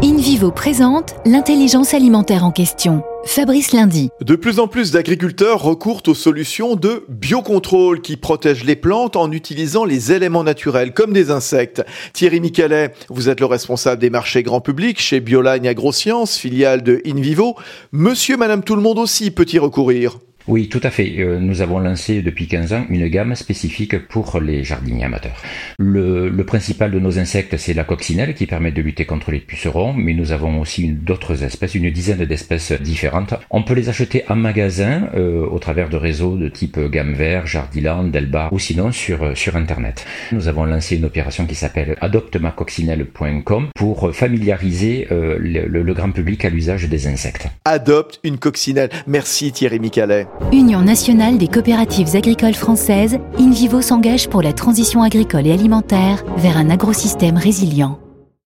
InVivo présente l'intelligence alimentaire en question. Fabrice Lundi. De plus en plus d'agriculteurs recourent aux solutions de biocontrôle qui protègent les plantes en utilisant les éléments naturels comme des insectes. Thierry Micalet, vous êtes le responsable des marchés grand public chez Bioline Agrosciences, filiale de InVivo. Monsieur, madame, tout le monde aussi peut y recourir. Oui, tout à fait. Nous avons lancé depuis 15 ans une gamme spécifique pour les jardiniers amateurs. Le principal de nos insectes, c'est la coccinelle qui permet de lutter contre les pucerons, mais nous avons aussi d'autres espèces, une dizaine d'espèces différentes. On peut les acheter en magasin au travers de réseaux de type Gamme Vert, Jardiland, Delbar ou sinon sur Internet. Nous avons lancé une opération qui s'appelle adoptemacoccinelle.com pour familiariser le grand public à l'usage des insectes. Adopte une coccinelle. Merci Thierry Micalet. Union nationale des coopératives agricoles françaises, InVivo s'engage pour la transition agricole et alimentaire vers un agrosystème résilient.